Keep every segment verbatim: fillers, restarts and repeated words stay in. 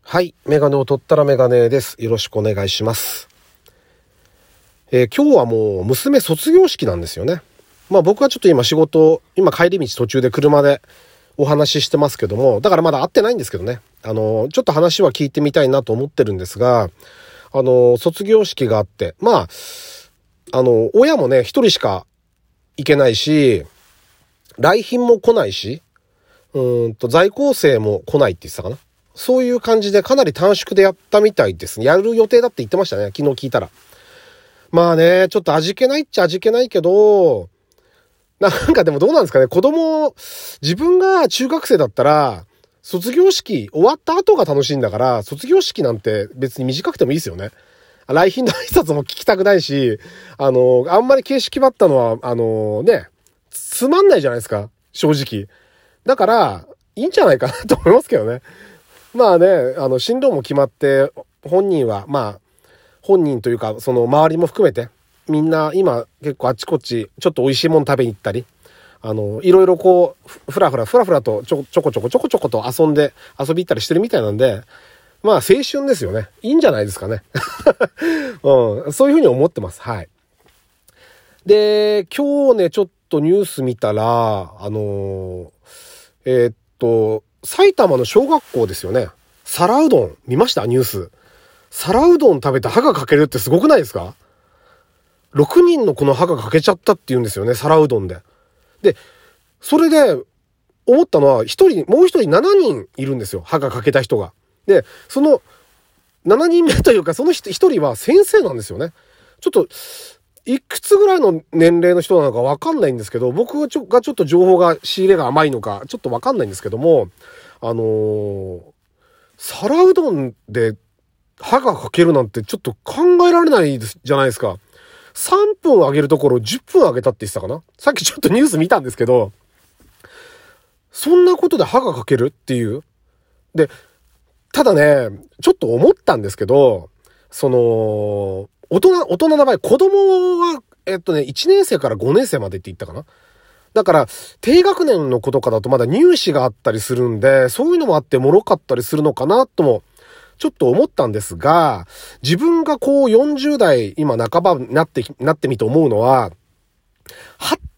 はい。メガネを取ったらメガネです。よろしくお願いします。えー、今日はもう娘卒業式なんですよね。まあ僕はちょっと今仕事、今帰り道途中で車でお話ししてますけども、だからまだ会ってないんですけどね。あの、ちょっと話は聞いてみたいなと思ってるんですが、あの、卒業式があって、まあ、あの、親もね、一人しか行けないし、来賓も来ないし、うーんと、在校生も来ないって言ってたかな。そういう感じでかなり短縮でやったみたいですね。やる予定だって言ってましたね。昨日聞いたら。まあね、ちょっと味気ないっちゃ味気ないけど、なんかでもどうなんですかね。子供、自分が中学生だったら、卒業式終わった後が楽しいんだから、卒業式なんて別に短くてもいいですよね。来賓の挨拶も聞きたくないし、あの、あんまり形式ばったのは、あのね、つまんないじゃないですか。正直。だから、いいんじゃないかなと思いますけどね。まあね、あの、進路も決まって、本人は、まあ、本人というか、その周りも含めて、みんな今結構あっちこっち、ちょっと美味しいもの食べに行ったり、あの、いろいろこう、ふらふら、ふらふらとちょ、ちょこちょこちょこちょこと遊んで、遊び行ったりしてるみたいなんで、まあ青春ですよね。いいんじゃないですかね。うん、そういうふうに思ってます。はい。で、今日ね、ちょっとニュース見たら、あのー、えー、っと、埼玉の小学校ですよね。皿うどん見ました？ニュース。皿うどん食べて歯が欠けるってすごくないですか？ ろく 人の子の歯が欠けちゃったって言うんですよね。皿うどんで。で、それで思ったのは一人、もう一人しちにんいるんですよ。歯が欠けた人が。で、そのしちにんめというかその一人は先生なんですよね。ちょっと、いくつぐらいの年齢の人なのかわかんないんですけど、僕がちょがちょっと情報が仕入れが甘いのかちょっとわかんないんですけども、あのー、皿うどんで歯が欠けるなんてちょっと考えられないですじゃないですか。さんぷんあげるところじゅっぷんあげたって言ってたかな。さっきちょっとニュース見たんですけど、そんなことで歯が欠けるっていう。で、ただね、ちょっと思ったんですけど、その、大人、大人の場合、子供は、えっとね、いちねん生からごねん生までって言ったかな。だから、低学年の子とかだとまだ入試があったりするんで、そういうのもあって脆かったりするのかなとも、ちょっと思ったんですが、自分がこうよんじゅう代、今半ばになって、なってみて思うのは、歯って、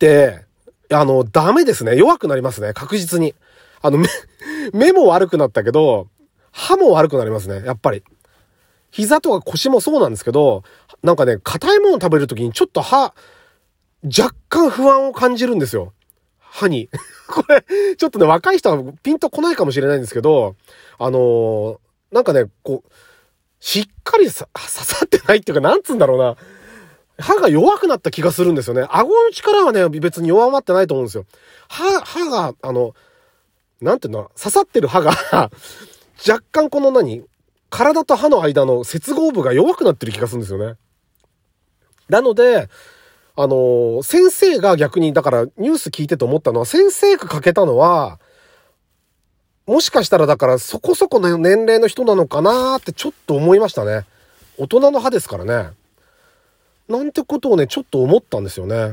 あの、ダメですね。弱くなりますね。確実に。あの、目、目も悪くなったけど、歯も悪くなりますね。やっぱり。膝とか腰もそうなんですけど、なんかね、硬いもの食べるときにちょっと歯、若干不安を感じるんですよ。歯に。これ、ちょっとね、若い人はピンとこないかもしれないんですけど、あのー、なんかね、こう、しっかりさ刺さってないっていうか、なんつうんだろうな。歯が弱くなった気がするんですよね。顎の力はね、別に弱まってないと思うんですよ。歯、歯が、あの、なんていうんだろう、刺さってる歯が、若干この何体と歯の間の接合部が弱くなってる気がするんですよね。なので、あのー、先生が逆に、だからニュース聞いてて思ったのは、先生が欠けたのは、もしかしたらだからそこそこの年齢の人なのかなーってちょっと思いましたね。大人の歯ですからね。なんてことをね、ちょっと思ったんですよね。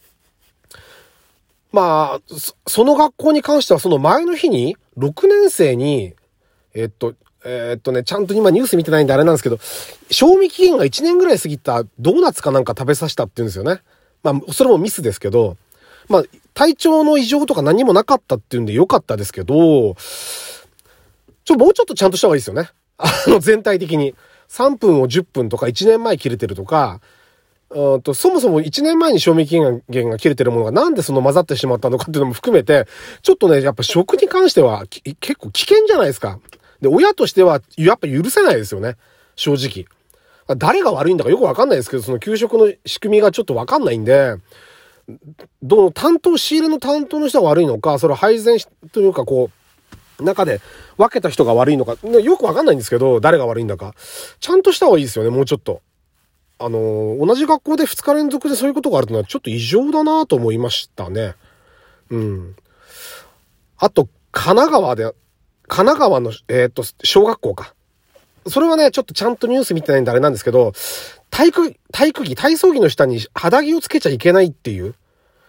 まあ、そ、その学校に関してはその前の日に、ろくねん生に、えっと、えー、っとね、ちゃんと今ニュース見てないんであれなんですけど、賞味期限がいちねんぐらい過ぎたドーナツかなんか食べさせたって言うんですよね。まあ、それもミスですけど、まあ、体調の異常とか何もなかったっていうんで良かったですけど、ちょ、もうちょっとちゃんとした方がいいですよね。あの、全体的に。さんぷんをじゅっぷんとかいちねんまえ切れてるとか、うんと、そもそもいちねんまえに賞味期限が切れてるものがなんでその混ざってしまったのかっていうのも含めて、ちょっとね、やっぱ食に関しては結構危険じゃないですか。で、親としてはやっぱ許せないですよね。正直。誰が悪いんだかよくわかんないですけど、その給食の仕組みがちょっとわかんないんで、どの担当、仕入れの担当の人が悪いのか、それを配膳というかこう、中で分けた人が悪いのか、よくわかんないんですけど、誰が悪いんだか。ちゃんとした方がいいですよね、もうちょっと。あのー、同じ学校でふつか連続でそういうことがあるというのはちょっと異常だなと思いましたね。うん。あと、神奈川で、神奈川の、えっと、小学校か。それはね、ちょっとちゃんとニュース見てないんであれなんですけど、体育、体育着、体操着の下に肌着をつけちゃいけないっていう。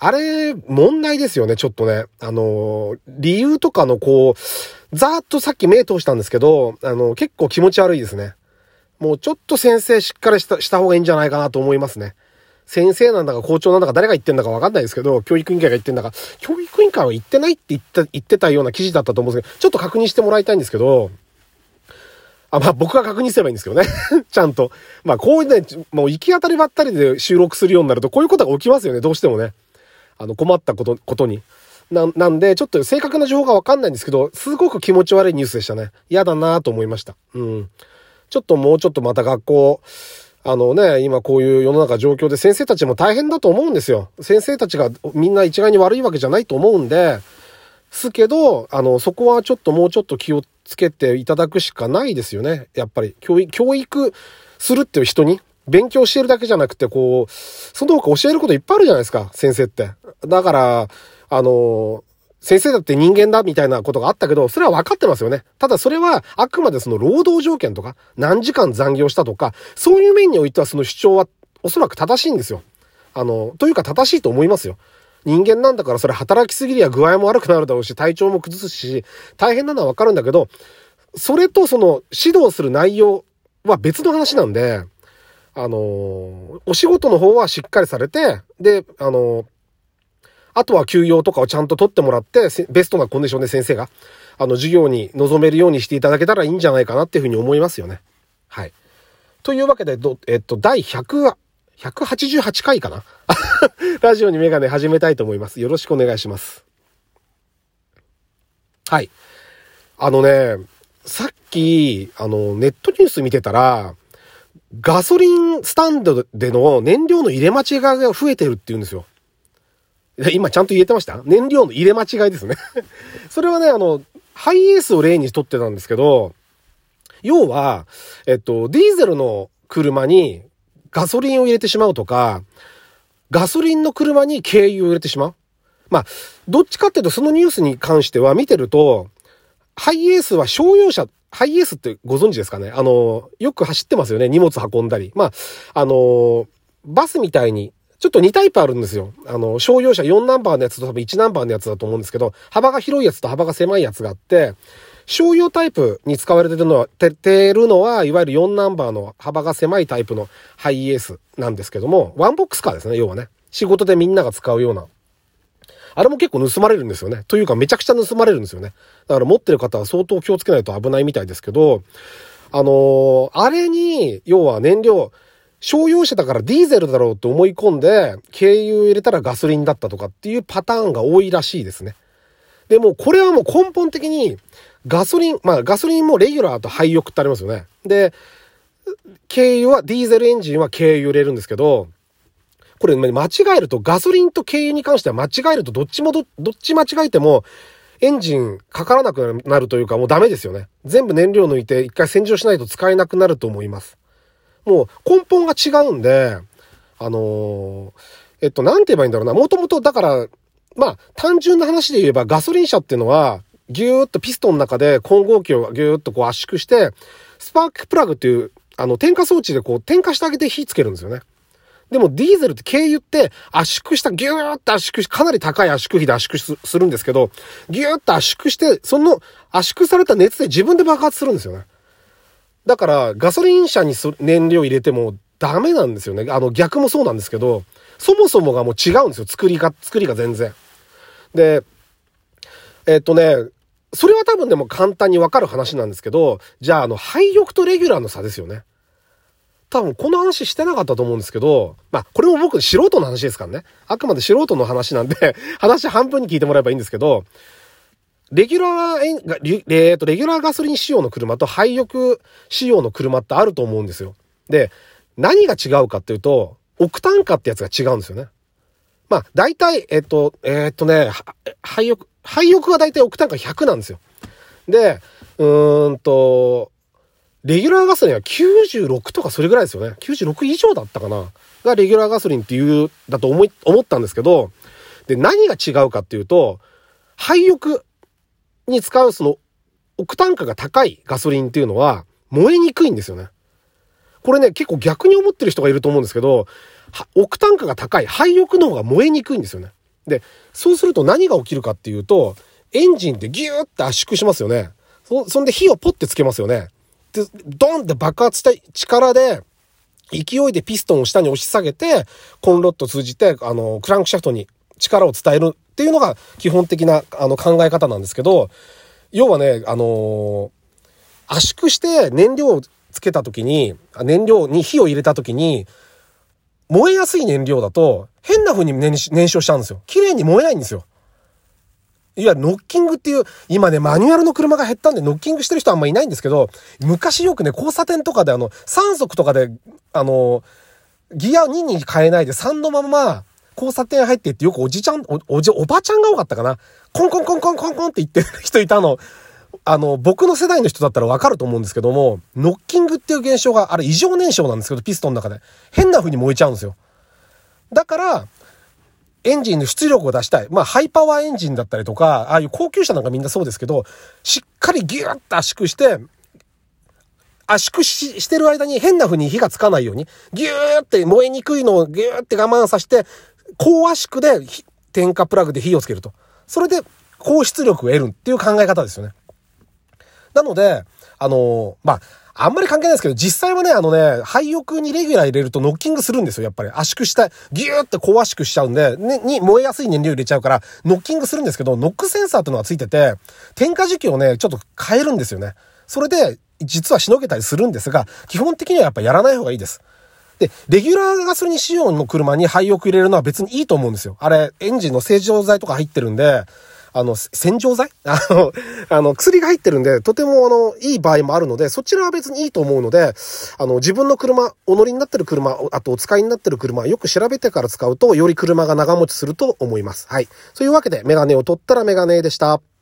あれ、問題ですよね、ちょっとね。あの、理由とかのこう、ざーっとさっき目通したんですけど、あの、結構気持ち悪いですね。もうちょっと先生しっかりした、した方がいいんじゃないかなと思いますね。先生なんだか校長なんだか誰が言ってんだか分かんないですけど、教育委員会が言ってんだか、教育委員会は言ってないって言った、言ってたような記事だったと思うんですけど、ちょっと確認してもらいたいんですけど、あ、まあ僕が確認すればいいんですけどね。ちゃんと。まあこういうね、もう行き当たりばったりで収録するようになると、こういうことが起きますよね、どうしてもね。あの、困ったこと、ことに。な、なんで、ちょっと正確な情報が分かんないんですけど、すごく気持ち悪いニュースでしたね。嫌だなと思いました。うん。ちょっともうちょっとまた学校、あのね、今こういう世の中状況で先生たちも大変だと思うんですよ。先生たちがみんな一概に悪いわけじゃないと思うんで、すけど、あの、そこはちょっともうちょっと気をつけていただくしかないですよね。やっぱり、教育、教育するっていう人に、勉強してるだけじゃなくて、こう、その他教えることいっぱいあるじゃないですか、先生って。だから、あの、先生だって人間だみたいなことがあったけど、それは分かってますよね。ただそれはあくまでその労働条件とか、何時間残業したとか、そういう面においてはその主張はおそらく正しいんですよ。あの、というか正しいと思いますよ。人間なんだからそれ働きすぎりゃ具合も悪くなるだろうし、体調も崩すし、大変なのは分かるんだけど、それとその指導する内容は別の話なんで、あの、お仕事の方はしっかりされて、で、あの、あとは休養とかをちゃんと取ってもらって、ベストなコンディションで先生が、あの、授業に臨めるようにしていただけたらいいんじゃないかなっていうふうに思いますよね。はい。というわけで、ど、えっと、だいひゃくは、ひゃくはちじゅうはちかいかなラジオにメガネ始めたいと思います。よろしくお願いします。はい。あのね、さっき、あの、ネットニュース見てたら、ガソリンスタンドでの燃料の入れ間違いが増えてるって言うんですよ。今ちゃんと言えてました？燃料の入れ間違いですね。それはね、あの、ハイエースを例にとってたんですけど、要は、えっと、ディーゼルの車にガソリンを入れてしまうとか、ガソリンの車に軽油を入れてしまう。まあ、どっちかっていうとそのニュースに関しては見てると、ハイエースは商用車、ハイエースってご存知ですかね？あの、よく走ってますよね。荷物運んだり。まあ、あの、バスみたいに、ちょっとにタイプあるんですよ。あの、商用車よんナンバーのやつと多分いちナンバーのやつだと思うんですけど、幅が広いやつと幅が狭いやつがあって、商用タイプに使われてるのは、て、てるのは、いわゆるよんナンバーの幅が狭いタイプのハイエースなんですけども、ワンボックスカーですね、要はね。仕事でみんなが使うような。あれも結構盗まれるんですよね。というかめちゃくちゃ盗まれるんですよね。だから持ってる方は相当気をつけないと危ないみたいですけど、あのー、あれに、要は燃料、商用車だからディーゼルだろうと思い込んで、軽油入れたらガソリンだったとかっていうパターンが多いらしいですね。でもこれはもう根本的にガソリン、まあガソリンもレギュラーとハイヨクってありますよね。で、軽油はディーゼルエンジンは軽油入れるんですけど、これ間違えるとガソリンと軽油に関しては間違えるとどっちも ど, どっち間違えてもエンジンかからなくなるというかもうダメですよね。全部燃料抜いて一回洗浄しないと使えなくなると思います。もう根本が違うんで、あのー、えっと、なんて言えばいいんだろうな。もともとだから、まあ、単純な話で言えばガソリン車っていうのは、ギューッとピストンの中で混合機をギューッとこう圧縮して、スパークプラグっていう、あの、点火装置でこう点火してあげて火つけるんですよね。でもディーゼルって軽油って圧縮した、ギューッと圧縮し、かなり高い圧縮比で圧縮するんですけど、ギューッと圧縮して、その圧縮された熱で自分で爆発するんですよね。だからガソリン車に燃料入れてもダメなんですよね。あの逆もそうなんですけど、そもそもがもう違うんですよ。作りが、作りが全然。で、えっとね、それは多分でも簡単にわかる話なんですけど、じゃああの、ハイヨクとレギュラーの差ですよね。多分この話してなかったと思うんですけど、まあこれも僕素人の話ですからね。あくまで素人の話なんで、話半分に聞いてもらえばいいんですけど、レギュラー、えっと、レギュラーガソリン仕様の車とハイヨク仕様の車ってあると思うんですよ。で、何が違うかっていうと、オクタン価ってやつが違うんですよね。まあ、大体、えっと、えっとね、ハイヨク、ハイヨクが大体オクタン価ひゃくなんですよ。で、うーんと、レギュラーガソリンはきゅうじゅうろくとかそれぐらいですよね。きゅうじゅうろく以上だったかな。がレギュラーガソリンっていう、だと思い、思ったんですけど、で、何が違うかっていうと、ハイヨクに使うそのオクタン価が高いガソリンっていうのは燃えにくいんですよね。これね、結構逆に思ってる人がいると思うんですけど、オクタン価が高いハイヨクの方が燃えにくいんですよね。 で、そうすると何が起きるかっていうと、エンジンってギューって圧縮しますよね。そ、そんで火をポッてつけますよね。で、ドンって爆発した力で、勢いでピストンを下に押し下げて、コンロット通じて、あの、クランクシャフトに力を伝えるっていうのが基本的な、あの、考え方なんですけど、要はね、あのー、圧縮して燃料をつけた時に、燃料に火を入れた時に、燃えやすい燃料だと、変な風に燃焼しちゃうんですよ。綺麗に燃えないんですよ。いわゆるノッキングっていう、今ね、マニュアルの車が減ったんで、ノッキングしてる人はあんまいないんですけど、昔よくね、交差点とかであの、さん速とかで、あの、ギアにに変えないでさんのまま、交差点入っていって、よくおじちゃん、お、おじ、おばちゃんが多かったかな。コンコンコンコンコンコンって言ってる人いたの。あの、僕の世代の人だったらわかると思うんですけども、ノッキングっていう現象が、あれ異常燃焼なんですけど、ピストンの中で。変な風に燃えちゃうんですよ。だから、エンジンの出力を出したい。まあ、ハイパワーエンジンだったりとか、ああいう高級車なんかみんなそうですけど、しっかりギューッと圧縮して、圧縮し、してる間に変な風に火がつかないように、ギューって燃えにくいのをギューって我慢させて、高圧縮で点火プラグで火をつけると。それで高出力を得るっていう考え方ですよね。なので、あのー、まあ、あんまり関係ないですけど、実際はね、あのね、廃浴にレギュラー入れるとノッキングするんですよ、やっぱり。圧縮した、ギューって高圧縮しちゃうんで、ね、に燃えやすい燃料入れちゃうから、ノッキングするんですけど、ノックセンサーっていうのがついてて、点火時期をね、ちょっと変えるんですよね。それで、実はしのげたりするんですが、基本的にはやっぱやらない方がいいです。で、レギュラーガソリン仕様の車に廃浴入れるのは別にいいと思うんですよ。あれ、エンジンの清浄剤とか入ってるんで、あの、洗浄剤あの、あの、薬が入ってるんで、とてもあの、いい場合もあるので、そちらは別にいいと思うので、あの、自分の車、お乗りになってる車、あとお使いになってる車、よく調べてから使うと、より車が長持ちすると思います。はい。そういうわけで、メガネを取ったらメガネでした。